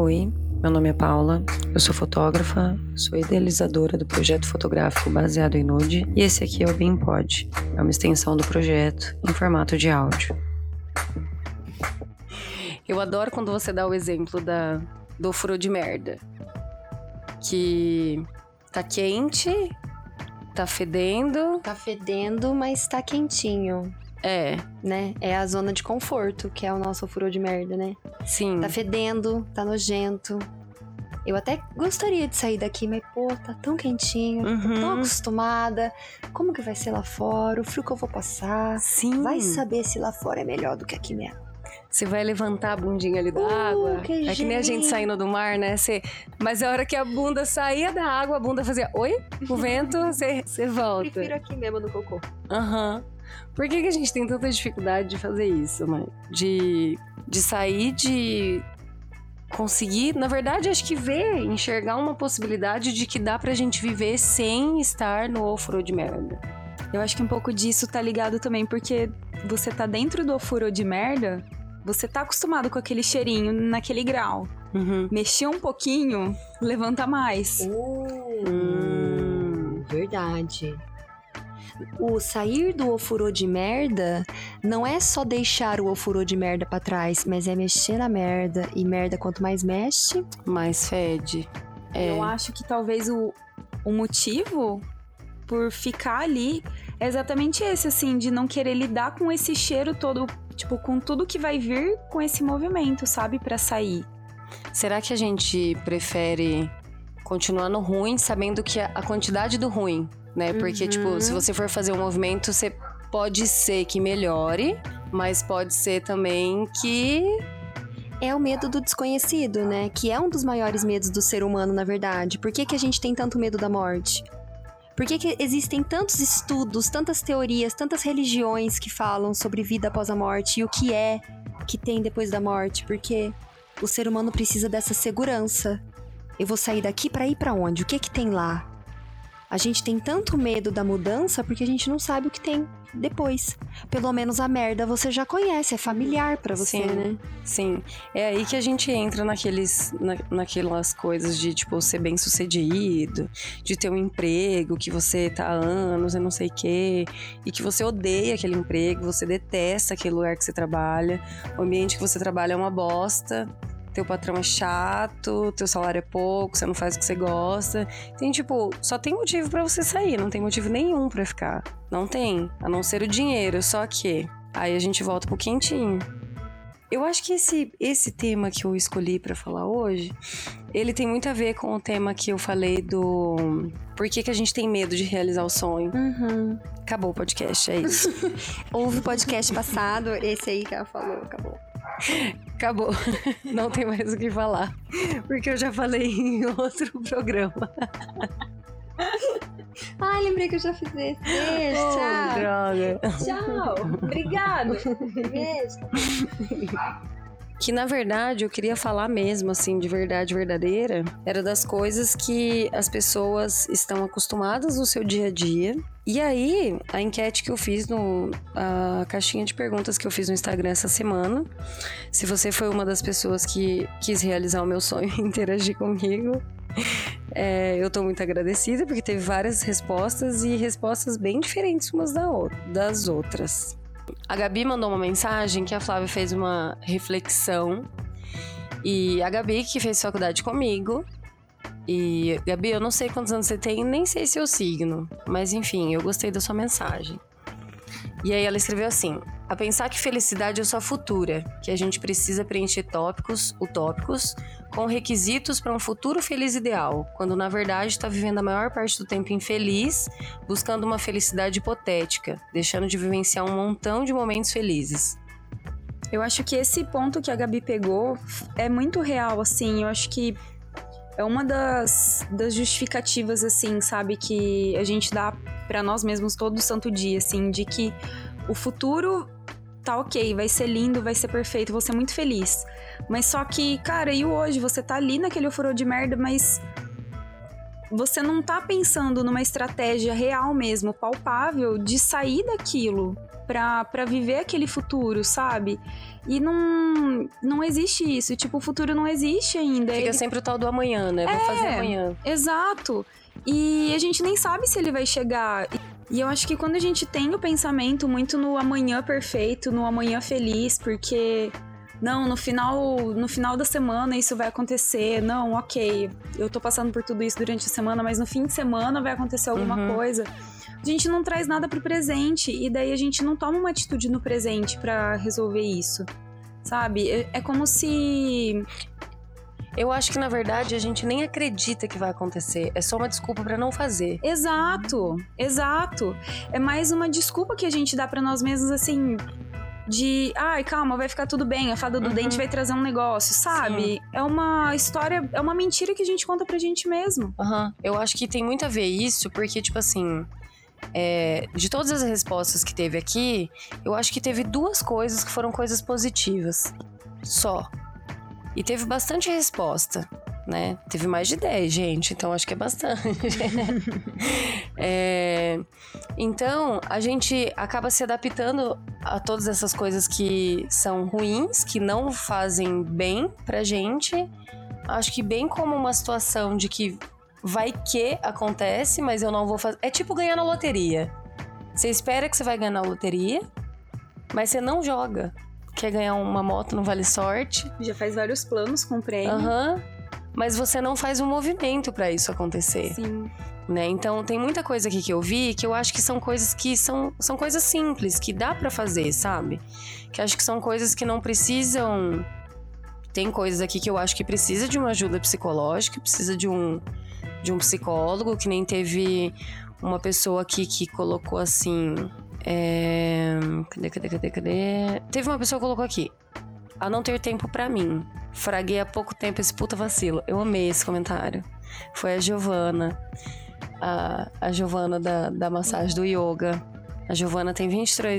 Oi, meu nome é Paula, eu sou fotógrafa, sou idealizadora do projeto fotográfico baseado em nude e esse aqui é o BeamPod, é uma extensão do projeto em formato de áudio. Eu adoro quando você dá o exemplo do furo de merda, que tá quente, tá fedendo. Tá fedendo, mas tá quentinho. É, né? É a zona de conforto, que é o nosso furo de merda, né? sim. Tá fedendo, tá nojento. Eu até gostaria de sair daqui, mas pô, tá tão quentinho, tô tão acostumada. Como que vai ser lá fora? O frio que eu vou passar? Sim. Vai saber se lá fora é melhor do que aqui mesmo. Você vai levantar a bundinha ali da água. Que é que nem a gente saindo do mar, né? Mas a hora que a bunda saía da água, a bunda fazia oi, o vento, você volta. Prefiro aqui mesmo no cocô. Aham. Por que a gente tem tanta dificuldade de fazer isso, mãe? De sair, de conseguir, na verdade, acho que enxergar uma possibilidade de que dá pra gente viver sem estar no ofurô de merda. Eu acho que um pouco disso tá ligado também, porque você tá dentro do ofurô de merda, você tá acostumado com aquele cheirinho naquele grau. Mexer um pouquinho, levanta mais. Verdade. O sair do ofurô de merda não é só deixar o ofurô de merda pra trás, mas é mexer na merda. E merda, quanto mais mexe, mais fede. Eu acho que talvez o motivo por ficar ali é exatamente esse, assim, de não querer lidar com esse cheiro todo, tipo, com tudo que vai vir com esse movimento, sabe, pra sair. Será que a gente prefere continuar no ruim, sabendo que a quantidade do ruim, né? Porque, tipo, se você for fazer um movimento, você pode ser que melhore, mas pode ser também que... É o medo do desconhecido, né? Que é um dos maiores medos do ser humano, na verdade. Por que a gente tem tanto medo da morte? Por que existem tantos estudos, tantas teorias, tantas religiões que falam sobre vida após a morte e o que é que tem depois da morte? Porque o ser humano precisa dessa segurança. Eu vou sair daqui pra ir pra onde? O que tem lá? A gente tem tanto medo da mudança porque a gente não sabe o que tem depois. Pelo menos a merda você já conhece, é familiar pra você, sim, né? Sim, é aí que a gente entra naquelas coisas de, tipo, ser bem sucedido, de ter um emprego que você tá há anos e não sei o quê, e que você odeia aquele emprego, você detesta aquele lugar que você trabalha, o ambiente que você trabalha é uma bosta, teu patrão é chato, teu salário é pouco, você não faz o que você gosta. Tem, tipo, só tem motivo pra você sair, não tem motivo nenhum pra ficar. Não tem, a não ser o dinheiro, só que aí a gente volta pro quentinho. Eu acho que esse tema que eu escolhi pra falar hoje, ele tem muito a ver com o tema que eu falei do... Por que a gente tem medo de realizar o sonho? Acabou o podcast, é isso. Houve o podcast passado, esse aí que ela falou, acabou. Acabou. Não tem mais o que falar. Porque eu já falei em outro programa. Ai, lembrei que eu já fiz esse. Beijo, tchau. Droga. Tchau. Obrigado. Beijo. Que, na verdade, eu queria falar mesmo, assim, de verdade verdadeira, era das coisas que as pessoas estão acostumadas no seu dia a dia. E aí, a enquete que eu fiz a caixinha de perguntas que eu fiz no Instagram essa semana, se você foi uma das pessoas que quis realizar o meu sonho e interagir comigo, eu tô muito agradecida, porque teve várias respostas e respostas bem diferentes umas das outras. A Gabi mandou uma mensagem que a Flávia fez uma reflexão. E a Gabi, que fez faculdade comigo. E, Gabi, eu não sei quantos anos você tem, nem sei seu signo. Mas, enfim, eu gostei da sua mensagem. E aí ela escreveu assim: a pensar que felicidade é só futura, que a gente precisa preencher utópicos, com requisitos para um futuro feliz ideal, quando na verdade está vivendo a maior parte do tempo infeliz, buscando uma felicidade hipotética, deixando de vivenciar um montão de momentos felizes. Eu acho que esse ponto que a Gabi pegou é muito real, assim. Eu acho que é uma das justificativas, assim, sabe, que a gente dá pra nós mesmos todo santo dia, assim, de que o futuro tá ok, vai ser lindo, vai ser perfeito, vou ser muito feliz. Mas só que, cara, e o hoje? Você tá ali naquele ofurô de merda, mas você não tá pensando numa estratégia real mesmo, palpável, de sair daquilo pra viver aquele futuro, sabe? E não existe isso. Tipo, o futuro não existe ainda. Fica sempre o tal do amanhã, né? Vou fazer amanhã. Exato. E a gente nem sabe se ele vai chegar. E eu acho que quando a gente tem o pensamento muito no amanhã perfeito, no amanhã feliz, porque... Não, no final da semana isso vai acontecer. Não, ok, eu tô passando por tudo isso durante a semana, mas no fim de semana vai acontecer alguma coisa. A gente não traz nada pro presente e daí a gente não toma uma atitude no presente pra resolver isso, sabe? É como se... Eu acho que, na verdade, a gente nem acredita que vai acontecer. É só uma desculpa pra não fazer. Exato. É mais uma desculpa que a gente dá pra nós mesmos, assim... De, ai, calma, vai ficar tudo bem, a fada do dente vai trazer um negócio, sabe? Sim. É uma história, é uma mentira que a gente conta pra gente mesmo. Eu acho que tem muito a ver isso, porque, tipo assim, de todas as respostas que teve aqui, eu acho que teve 2 coisas que foram coisas positivas. Só. E teve bastante resposta, né? Teve mais de 10, gente, então acho que é bastante. Então, a gente acaba se adaptando a todas essas coisas que são ruins, que não fazem bem pra gente. Acho que bem como uma situação de que vai que acontece, mas eu não vou fazer. É tipo ganhar na loteria. Você espera que você vai ganhar na loteria, mas você não joga. Quer ganhar uma moto no Vale Sorte. Já faz vários planos com prêmio. Mas você não faz um movimento pra isso acontecer. Sim. Né? Então, tem muita coisa aqui que eu vi que eu acho que são coisas que são coisas simples, que dá pra fazer, sabe? Que acho que são coisas que não precisam... Tem coisas aqui que eu acho que precisa de uma ajuda psicológica, precisa de um psicólogo, que nem teve uma pessoa aqui que colocou assim... Cadê? Teve uma pessoa que colocou aqui: a não ter tempo pra mim. Fraguei há pouco tempo esse puta vacilo. Eu amei esse comentário. Foi a Giovana. A Giovana da massagem do yoga. A Giovana tem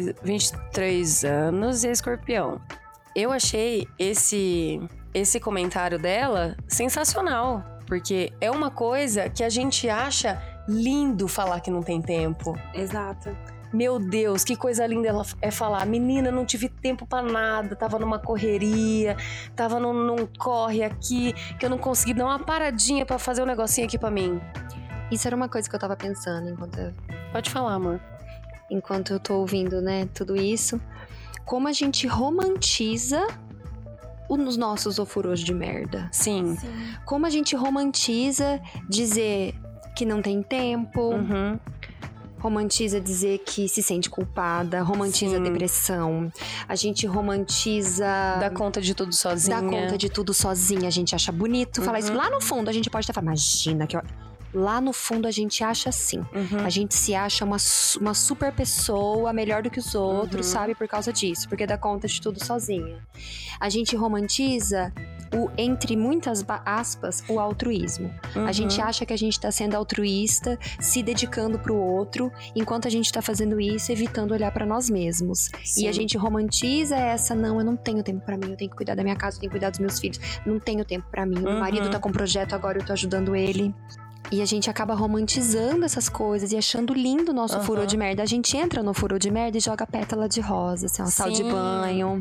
23 anos e é escorpião. Eu achei esse comentário dela sensacional. Porque é uma coisa que a gente acha lindo falar que não tem tempo. Exato. Meu Deus, que coisa linda ela é falar. Menina, não tive tempo pra nada, tava numa correria, tava num corre aqui, que eu não consegui dar uma paradinha pra fazer um negocinho aqui pra mim. Isso era uma coisa que eu tava pensando enquanto... Pode falar, amor. Enquanto eu tô ouvindo, né, tudo isso. Como a gente romantiza os nossos ofurôs de merda. Sim. Como a gente romantiza dizer que não tem tempo... Romantiza dizer que se sente culpada, romantiza a depressão. A gente romantiza... Dá conta de tudo sozinha. Dá conta de tudo sozinha, a gente acha bonito falar isso. Lá no fundo, a gente pode até falar, imagina que... Lá no fundo, a gente acha assim. A gente se acha uma super pessoa, melhor do que os outros, sabe? Por causa disso, porque dá conta de tudo sozinha. A gente romantiza... entre muitas aspas, o altruísmo. A gente acha que a gente tá sendo altruísta, se dedicando pro outro, enquanto a gente tá fazendo isso, evitando olhar pra nós mesmos. Sim. E a gente romantiza não, eu não tenho tempo pra mim, eu tenho que cuidar da minha casa, eu tenho que cuidar dos meus filhos, não tenho tempo pra mim, meu marido tá com um projeto agora, eu tô ajudando ele. E a gente acaba romantizando essas coisas e achando lindo o nosso furor de merda. A gente entra no furor de merda e joga pétala de rosa, assim, uma sal de banho.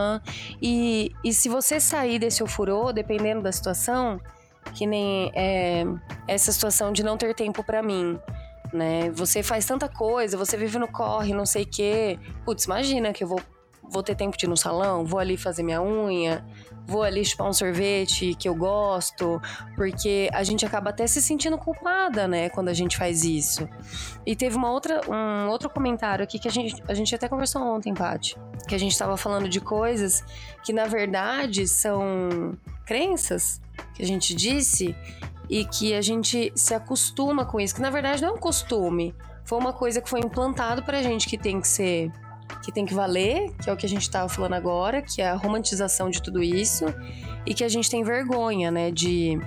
E se você sair desse ofurô, dependendo da situação, que nem essa situação de não ter tempo pra mim, né? Você faz tanta coisa, você vive no corre, não sei o quê. Putz, imagina que eu vou ter tempo de ir no salão, vou ali fazer minha unha, vou ali chupar um sorvete que eu gosto, porque a gente acaba até se sentindo culpada, né, quando a gente faz isso. E teve um outro comentário aqui que a gente até conversou ontem, Paty, que a gente tava falando de coisas que na verdade são crenças que a gente disse e que a gente se acostuma com isso, que na verdade não é um costume, foi uma coisa que foi implantado pra gente que tem que ser... que tem que valer, que é o que a gente tava falando agora, que é a romantização de tudo isso, e que a gente tem vergonha, né, de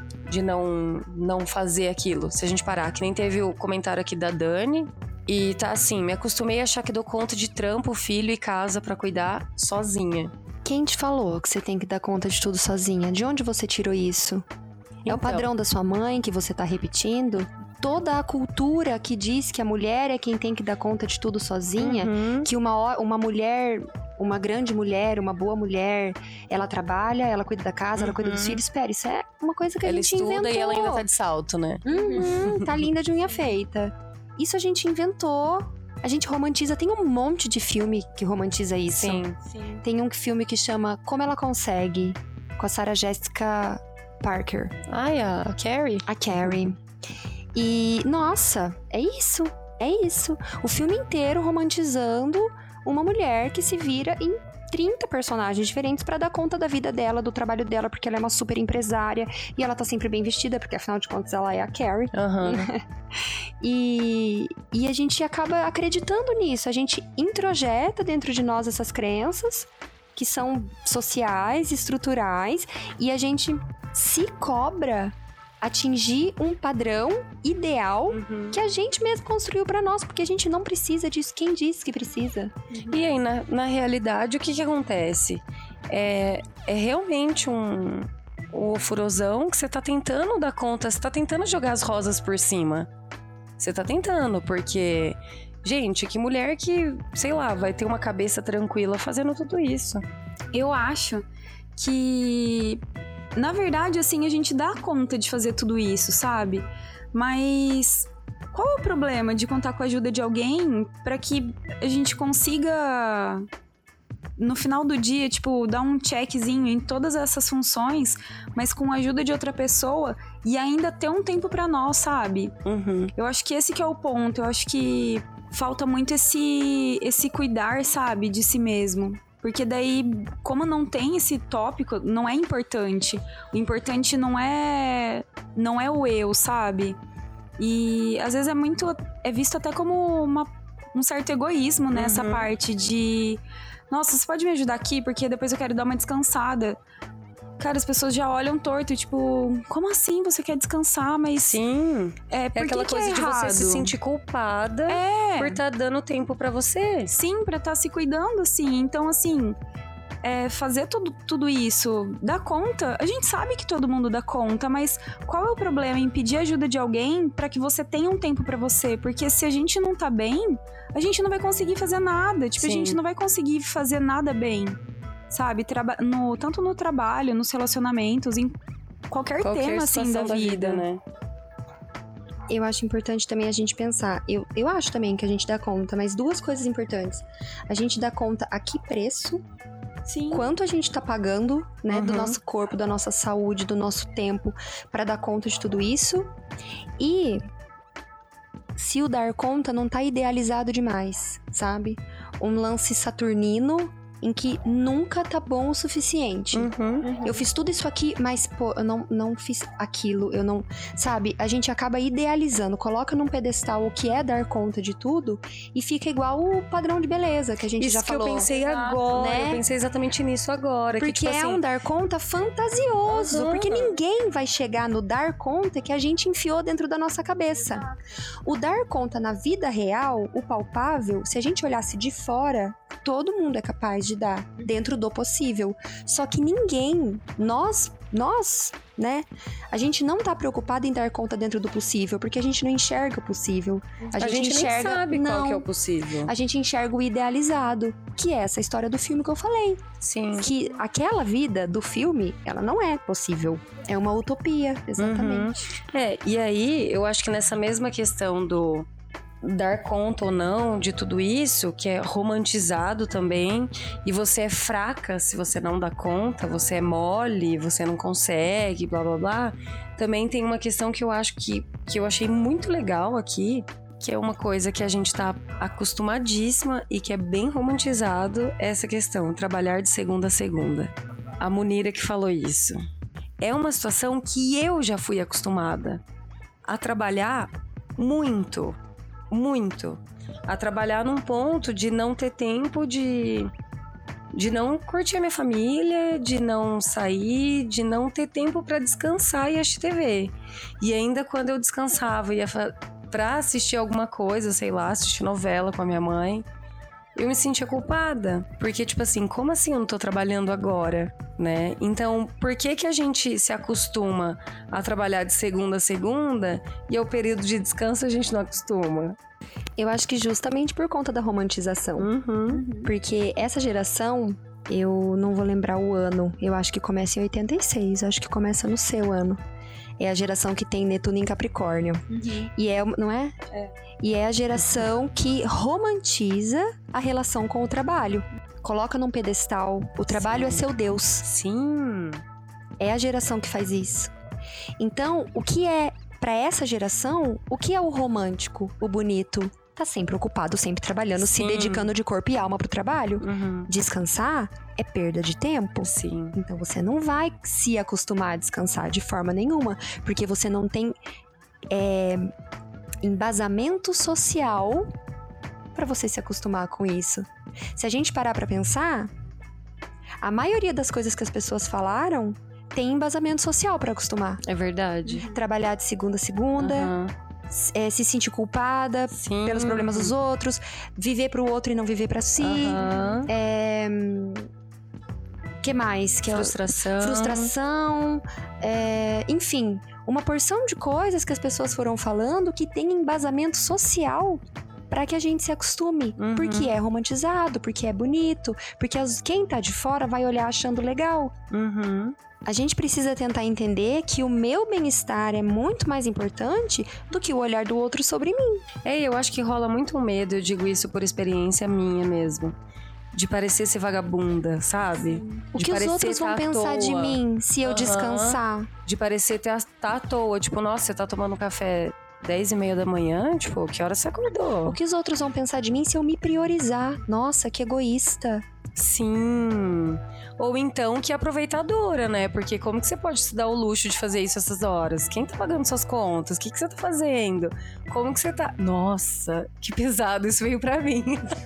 não fazer aquilo, se a gente parar. Que nem teve o comentário aqui da Dani, e tá assim: me acostumei a achar que dou conta de trampo, filho e casa pra cuidar sozinha. Quem te falou que você tem que dar conta de tudo sozinha? De onde você tirou isso? É o padrão da sua mãe que você tá repetindo? toda a cultura que diz que a mulher é quem tem que dar conta de tudo sozinha, que uma mulher, uma grande mulher, uma boa mulher, ela trabalha, ela cuida da casa, ela cuida dos filhos. Espera, isso é uma coisa que a gente inventou. Ela estuda e ela ainda tá de salto, né? Tá linda de unha feita. Isso a gente inventou. A gente romantiza, tem um monte de filme que romantiza isso. Sim. Tem um filme que chama Como Ela Consegue, com a Sarah Jessica Parker. Ai, a Carrie? A Carrie. E, nossa, é isso. O filme inteiro romantizando uma mulher que se vira em 30 personagens diferentes pra dar conta da vida dela, do trabalho dela, porque ela é uma super empresária e ela tá sempre bem vestida, porque afinal de contas ela é a Carrie. E a gente acaba acreditando nisso. A gente introjeta dentro de nós essas crenças que são sociais, estruturais, e a gente se cobra atingir um padrão ideal que a gente mesmo construiu pra nós, porque a gente não precisa disso. Quem disse que precisa? E aí, na realidade, o que acontece? É realmente um furosão que você tá tentando dar conta, você tá tentando jogar as rosas por cima. Você tá tentando, porque... Gente, que mulher que, sei lá, vai ter uma cabeça tranquila fazendo tudo isso. Eu acho que... Na verdade, assim, a gente dá conta de fazer tudo isso, sabe? Mas qual é o problema de contar com a ajuda de alguém pra que a gente consiga, no final do dia, tipo, dar um checkzinho em todas essas funções, mas com a ajuda de outra pessoa e ainda ter um tempo pra nós, sabe? Eu acho que esse que é o ponto. Eu acho que falta muito esse cuidar, sabe, de si mesmo. Porque daí, como não tem esse tópico, não é importante. O importante não é o eu, sabe? E às vezes é visto até como um certo egoísmo nessa parte de... Nossa, você pode me ajudar aqui? Porque depois eu quero dar uma descansada. Cara, as pessoas já olham torto, tipo... Como assim você quer descansar? Mas... Sim. É aquela coisa de você se sentir culpada por estar dando tempo pra você. Sim, pra estar se cuidando, assim. Então, assim... fazer tudo isso, dar conta, a gente sabe que todo mundo dá conta, mas qual é o problema em pedir ajuda de alguém pra que você tenha um tempo pra você? Porque se a gente não tá bem, a gente não vai conseguir fazer nada. Tipo, a gente não vai conseguir fazer nada bem, sabe? Tanto no trabalho, nos relacionamentos, em qualquer tema, assim, da vida, né? Eu acho importante também a gente pensar. Eu acho também que a gente dá conta, mas duas coisas importantes. A gente dá conta a que preço. Sim. Quanto a gente tá pagando, né, do nosso corpo, da nossa saúde, do nosso tempo pra dar conta de tudo isso. E se o dar conta não tá idealizado demais, sabe? Um lance saturnino em que nunca tá bom o suficiente. Eu fiz tudo isso aqui, mas, pô, eu não fiz aquilo, eu não... Sabe? A gente acaba idealizando, coloca num pedestal o que é dar conta de tudo e fica igual o padrão de beleza que a gente já falou. Isso que eu pensei agora, né? Eu pensei exatamente nisso agora. Porque que, tipo, assim... um dar conta fantasioso, porque ninguém vai chegar no dar conta que a gente enfiou dentro da nossa cabeça. O dar conta na vida real, o palpável, se a gente olhasse de fora, todo mundo é capaz de dar, dentro do possível. Só que ninguém, nós, né? A gente não tá preocupado em dar conta dentro do possível, porque a gente não enxerga o possível. A gente enxerga, nem sabe qual que é o possível. A gente enxerga o idealizado, que é essa história do filme que eu falei. Sim. Que aquela vida do filme, ela não é possível. É uma utopia, exatamente. E aí, eu acho que nessa mesma questão do dar conta ou não de tudo isso, que é romantizado também, e você é fraca se você não dá conta, você é mole, você não consegue, blá blá blá. Também tem uma questão que eu acho que eu achei muito legal aqui, que é uma coisa que a gente tá acostumadíssima e que é bem romantizado, essa questão, trabalhar de segunda a segunda. A Munira que falou isso. É uma situação que eu já fui acostumada a trabalhar muito, a trabalhar num ponto de não ter tempo de não curtir a minha família, de não sair, de não ter tempo pra descansar e assistir TV. E ainda quando eu descansava, ia pra assistir alguma coisa, sei lá, assistir novela com a minha mãe, eu me sentia culpada. Porque, tipo assim, como assim eu não tô trabalhando agora, né? Então, por que a gente se acostuma a trabalhar de segunda a segunda e ao período de descanso a gente não acostuma? Eu acho que justamente por conta da romantização. Porque essa geração, eu não vou lembrar o ano, eu acho que começa em 86, acho que começa no seu ano. É a geração que tem Netuno em Capricórnio. E não é? E é a geração que romantiza a relação com o trabalho. Coloca num pedestal, o trabalho é seu Deus. Sim. É a geração que faz isso. Então, o que é, pra essa geração, o que é o romântico, o bonito? Tá sempre ocupado, sempre trabalhando, se dedicando de corpo e alma pro trabalho. Descansar é perda de tempo. Sim. Então você não vai se acostumar a descansar de forma nenhuma, porque você não tem embasamento social pra você se acostumar com isso. Se a gente parar pra pensar, a maioria das coisas que as pessoas falaram tem embasamento social pra acostumar. É verdade. Trabalhar de segunda a segunda, se sentir culpada pelos problemas dos outros, viver pro outro e não viver pra si. Que mais? Frustração. Enfim, uma porção de coisas que as pessoas foram falando que tem embasamento social pra que a gente se acostume. Porque é romantizado, porque é bonito, porque quem tá de fora vai olhar achando legal. A gente precisa tentar entender que o meu bem-estar é muito mais importante do que o olhar do outro sobre mim. Eu acho que rola muito medo, eu digo isso por experiência minha mesmo. De parecer ser vagabunda, sabe? O que os outros vão pensar de mim se eu descansar? De parecer tá à toa. Tipo, nossa, você tá tomando café 10h30 da manhã? Tipo, que hora você acordou? O que os outros vão pensar de mim se eu me priorizar? Nossa, que egoísta. Sim. Ou então que aproveitadora, né? Porque como que você pode se dar o luxo de fazer isso essas horas? Quem tá pagando suas contas? O que você tá fazendo? Como que você tá... Nossa, que pesado isso veio pra mim.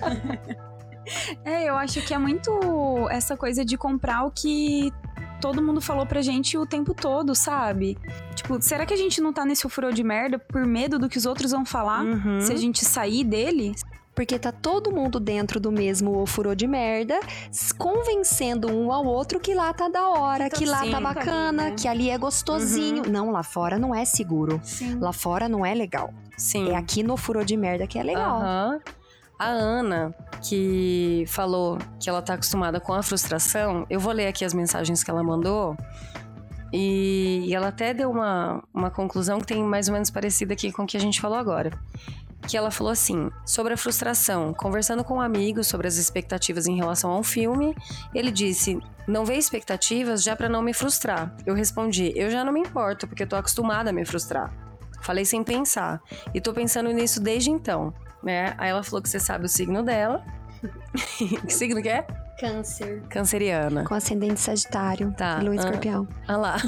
Eu acho que é muito essa coisa de comprar o que todo mundo falou pra gente o tempo todo, sabe? Tipo, será que a gente não tá nesse ofurô de merda por medo do que os outros vão falar se a gente sair dele? Porque tá todo mundo dentro do mesmo ofurô de merda, convencendo um ao outro que lá tá da hora, que lá tá bacana, ali, né? Que ali é gostosinho. Não, lá fora não é seguro. Lá fora não é legal. É aqui no ofurô de merda que é legal. A Ana, que falou que ela tá acostumada com a frustração, eu vou ler aqui as mensagens que ela mandou. E ela até deu uma conclusão que tem mais ou menos parecida aqui com o que a gente falou agora. Que ela falou assim, sobre a frustração, conversando com um amigo sobre as expectativas em relação ao filme, ele disse, não vê expectativas já pra não me frustrar. Eu respondi, eu já não me importo, porque eu tô acostumada a me frustrar. Falei sem pensar, e tô pensando nisso desde então, né? Aí ela falou que você sabe o signo dela. Que signo que é? Câncer. Canceriana. Com ascendente Sagitário. Tá. Lua Escorpião. Ah lá.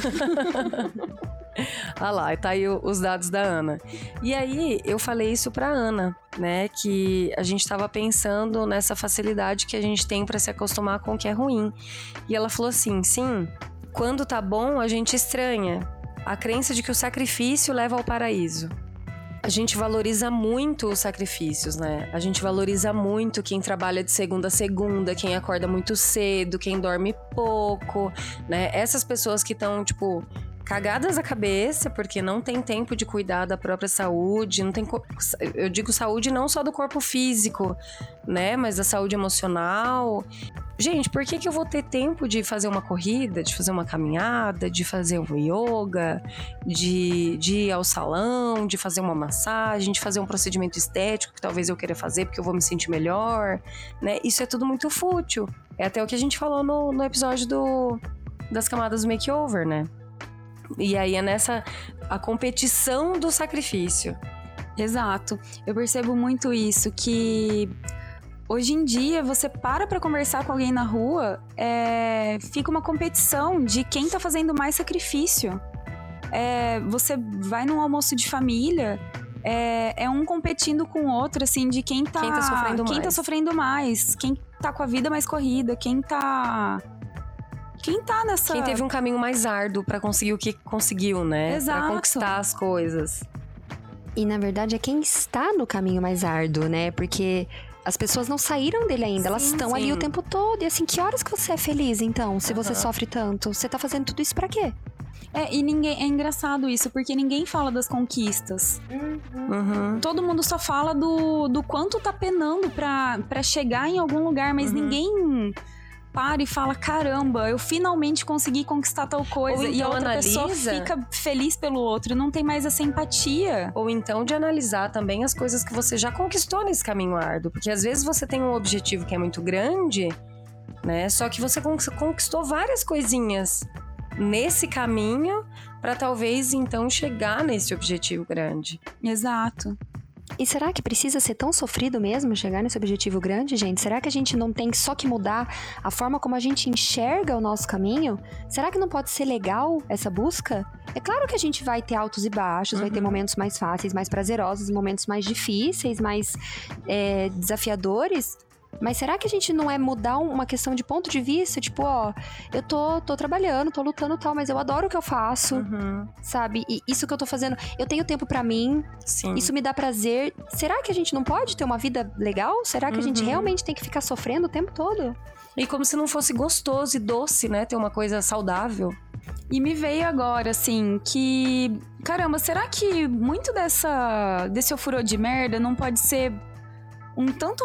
Ah lá, tá aí os dados da Ana. E aí, eu falei isso pra Ana, né? Que a gente tava pensando nessa facilidade que a gente tem pra se acostumar com o que é ruim. E ela falou assim, sim, quando tá bom, a gente estranha. A crença de que o sacrifício leva ao paraíso. A gente valoriza muito os sacrifícios, né? A gente valoriza muito quem trabalha de segunda a segunda, quem acorda muito cedo, quem dorme pouco, né? Essas pessoas que estão, tipo, cagadas a cabeça porque não tem tempo de cuidar da própria saúde, não tem, eu digo saúde não só do corpo físico, né, mas da saúde emocional. Gente, por que eu vou ter tempo de fazer uma corrida, de fazer uma caminhada, de fazer um yoga, de ir ao salão, de fazer uma massagem, de fazer um procedimento estético que talvez eu queira fazer porque eu vou me sentir melhor, né? Isso é tudo muito fútil. É até o que a gente falou no episódio das camadas do makeover, né? E aí é nessa a competição do sacrifício. Exato. Eu percebo muito isso, que hoje em dia você para pra conversar com alguém na rua, fica uma competição de quem tá fazendo mais sacrifício. Você vai num almoço de família, um competindo com o outro, assim, de quem tá sofrendo mais, quem tá com a vida mais corrida, quem tá nessa... Quem teve um caminho mais árduo pra conseguir o que conseguiu, né? Exato. Pra conquistar as coisas. E, na verdade, é quem está no caminho mais árduo, né? Porque As pessoas não saíram dele ainda, elas estão ali o tempo todo. E assim, que horas que você é feliz, então, se você sofre tanto? Você tá fazendo tudo isso pra quê? E ninguém... É engraçado isso, porque ninguém fala das conquistas. Todo mundo só fala do quanto tá penando pra chegar em algum lugar, mas ninguém para e fala, caramba, eu finalmente consegui conquistar tal coisa. Ou então e a outra pessoa analisa... fica feliz pelo outro, não tem mais essa empatia. Ou então de analisar também as coisas que você já conquistou nesse caminho árduo. Porque às vezes você tem um objetivo que é muito grande, né? Só que você conquistou várias coisinhas nesse caminho para talvez então chegar nesse objetivo grande. Exato. E será que precisa ser tão sofrido mesmo chegar nesse objetivo grande, gente? Será que a gente não tem só que mudar a forma como a gente enxerga o nosso caminho? Será que não pode ser legal essa busca? É claro que a gente vai ter altos e baixos, vai ter momentos mais fáceis, mais prazerosos, momentos mais difíceis, mais desafiadores. Mas será que a gente não é mudar uma questão de ponto de vista? Tipo, ó, eu tô trabalhando, tô lutando e tal, mas eu adoro o que eu faço, sabe? E isso que eu tô fazendo, eu tenho tempo pra mim, isso me dá prazer. Será que a gente não pode ter uma vida legal? Será que a gente realmente tem que ficar sofrendo o tempo todo? E como se não fosse gostoso e doce, né? Ter uma coisa saudável. E me veio agora, assim, que... Caramba, será que muito desse ofurô de merda não pode ser um tanto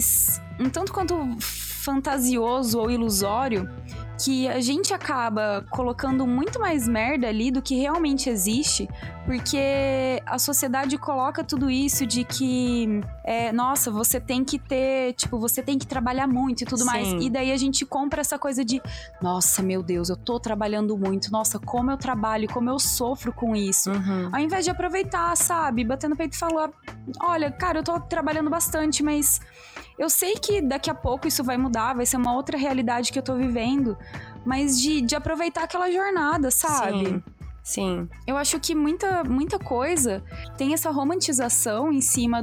quanto fantasioso ou ilusório, que a gente acaba colocando muito mais merda ali do que realmente existe, porque a sociedade coloca tudo isso de que, nossa, você tem que ter, tipo, você tem que trabalhar muito e tudo mais. E daí a gente compra essa coisa de, nossa, meu Deus, eu tô trabalhando muito, nossa, como eu trabalho, como eu sofro com isso. Ao invés de aproveitar, sabe, bater no peito e falar, olha, cara, eu tô trabalhando bastante, mas eu sei que daqui a pouco isso vai mudar, vai ser uma outra realidade que eu tô vivendo, mas de aproveitar aquela jornada, sabe? Sim. Eu acho que muita coisa tem essa romantização em cima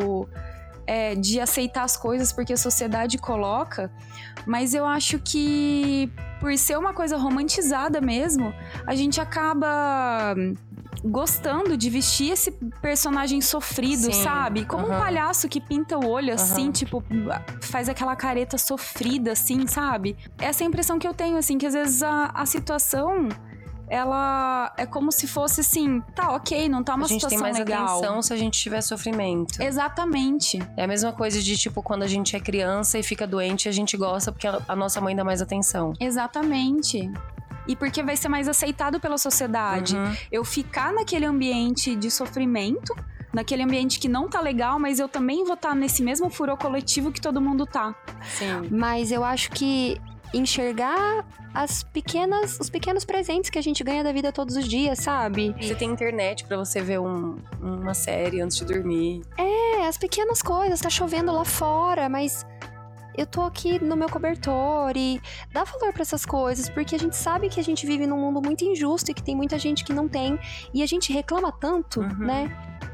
de aceitar as coisas porque a sociedade coloca, mas eu acho que por ser uma coisa romantizada mesmo, a gente acaba gostando de vestir esse personagem sofrido, sabe? Como um palhaço que pinta o olho assim, tipo, faz aquela careta sofrida, assim, sabe? Essa é a impressão que eu tenho, assim, que às vezes a situação, ela é como se fosse assim, tá, ok, não tá uma situação legal. A gente tem mais atenção se a gente tiver sofrimento. Exatamente. É a mesma coisa de, tipo, quando a gente é criança e fica doente, a gente gosta porque a nossa mãe dá mais atenção. Exatamente. E porque vai ser mais aceitado pela sociedade. Eu ficar naquele ambiente de sofrimento, naquele ambiente que não tá legal, mas eu também vou estar nesse mesmo furor coletivo que todo mundo tá. Sim. Mas eu acho que enxergar os pequenos presentes que a gente ganha da vida todos os dias, sabe? Você tem internet pra você ver uma série antes de dormir. As pequenas coisas, tá chovendo lá fora, mas eu tô aqui no meu cobertor e dá valor pra essas coisas, porque a gente sabe que a gente vive num mundo muito injusto e que tem muita gente que não tem, e a gente reclama tanto, né?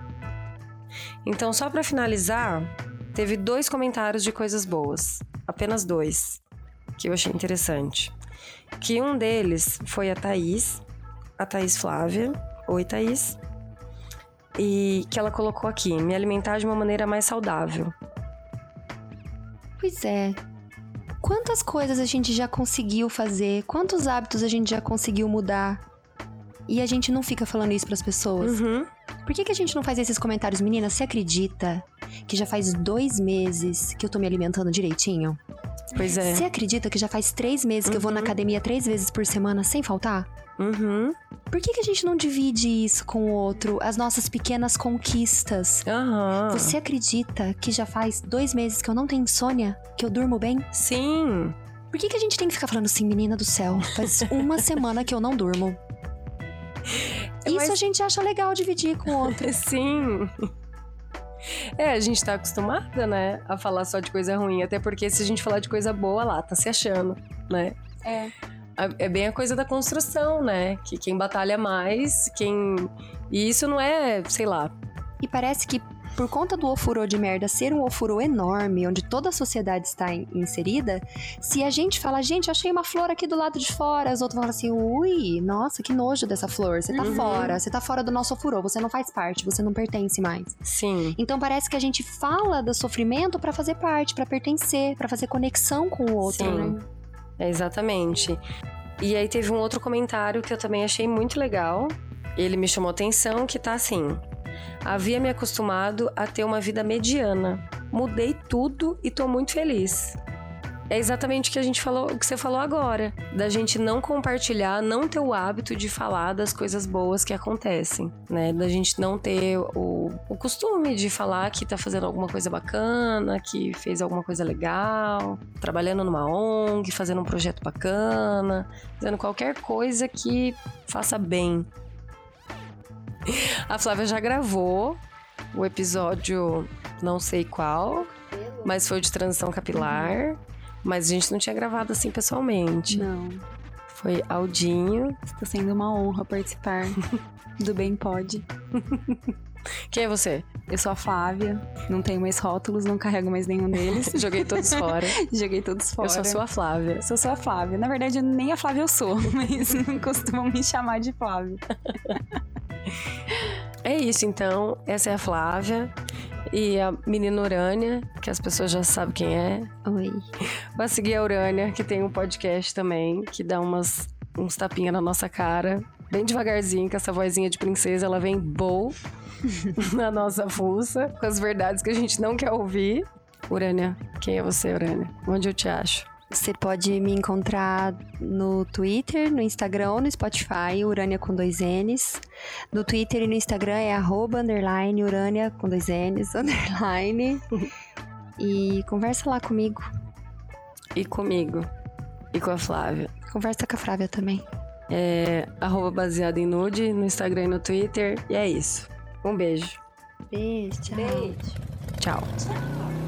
Então, só pra finalizar, teve 2 comentários de coisas boas, apenas 2, que eu achei interessante. Que um deles foi a Thaís Flávia. Oi, Thaís. E que ela colocou aqui, me alimentar de uma maneira mais saudável. Pois é. Quantas coisas a gente já conseguiu fazer? Quantos hábitos a gente já conseguiu mudar? E a gente não fica falando isso pras pessoas? Por que a gente não faz esses comentários? Menina, você acredita que já faz 2 meses que eu tô me alimentando direitinho? Pois é. Você acredita que já faz 3 meses que eu vou na academia 3 vezes por semana sem faltar? Por que a gente não divide isso com o outro? As nossas pequenas conquistas. Você acredita que já faz 2 meses que eu não tenho insônia? Que eu durmo bem? Sim. Por que a gente tem que ficar falando assim, menina do céu? Faz 1 semana que eu não durmo. Isso a gente acha legal dividir com o outro. Sim. A gente tá acostumada, né, a falar só de coisa ruim. Até porque se a gente falar de coisa boa lá, tá se achando, né? É bem a coisa da construção, né? Que quem batalha mais, E isso não é, sei lá... E parece que por conta do ofurô de merda ser um ofurô enorme, onde toda a sociedade está inserida, se a gente fala, gente, achei uma flor aqui do lado de fora, os outros falam assim, ui, nossa, que nojo dessa flor, você tá fora do nosso ofurô, você não faz parte, você não pertence mais. Sim. Então parece que a gente fala do sofrimento pra fazer parte, pra pertencer, pra fazer conexão com o outro, Sim. né? Exatamente. E aí teve um outro comentário que eu também achei muito legal. Ele me chamou atenção, que tá assim: havia me acostumado a ter uma vida mediana. Mudei tudo e tô muito feliz. É exatamente o que você falou agora. Da gente não compartilhar, não ter o hábito de falar das coisas boas que acontecem, né? Da gente não ter o costume de falar que tá fazendo alguma coisa bacana, que fez alguma coisa legal, trabalhando numa ONG, fazendo um projeto bacana, fazendo qualquer coisa que faça bem. A Flávia já gravou o episódio, não sei qual, mas foi de transição capilar. Mas a gente não tinha gravado assim pessoalmente. Não. Foi Aldinho. Está sendo uma honra participar do Bem Pode. Quem é você? Eu sou a Flávia, não tenho mais rótulos, não carrego mais nenhum deles. Joguei todos fora. Joguei todos fora. Eu só sou a Flávia. Sou a Flávia. Na verdade, nem a Flávia eu sou, mas não costumam me chamar de Flávia. É isso, então. Essa é a Flávia. E a menina Urânia, que as pessoas já sabem quem é. Oi. Vai seguir a Urânia, que tem um podcast também, que dá uns tapinhas na nossa cara. Bem devagarzinho, com essa vozinha de princesa, ela vem boa na nossa fuça, com as verdades que a gente não quer ouvir. Urânia, quem é você, Urânia? Onde eu te acho? Você pode me encontrar no Twitter, no Instagram ou no Spotify, Urânia com 2 N's. No Twitter e no Instagram é @ Urânia com 2 N's, _. E conversa lá comigo. E comigo. E com a Flávia. Conversa com a Flávia também. É @baseado em nude no Instagram e no Twitter. E é isso. Um beijo. Beijo, tchau. Tchau.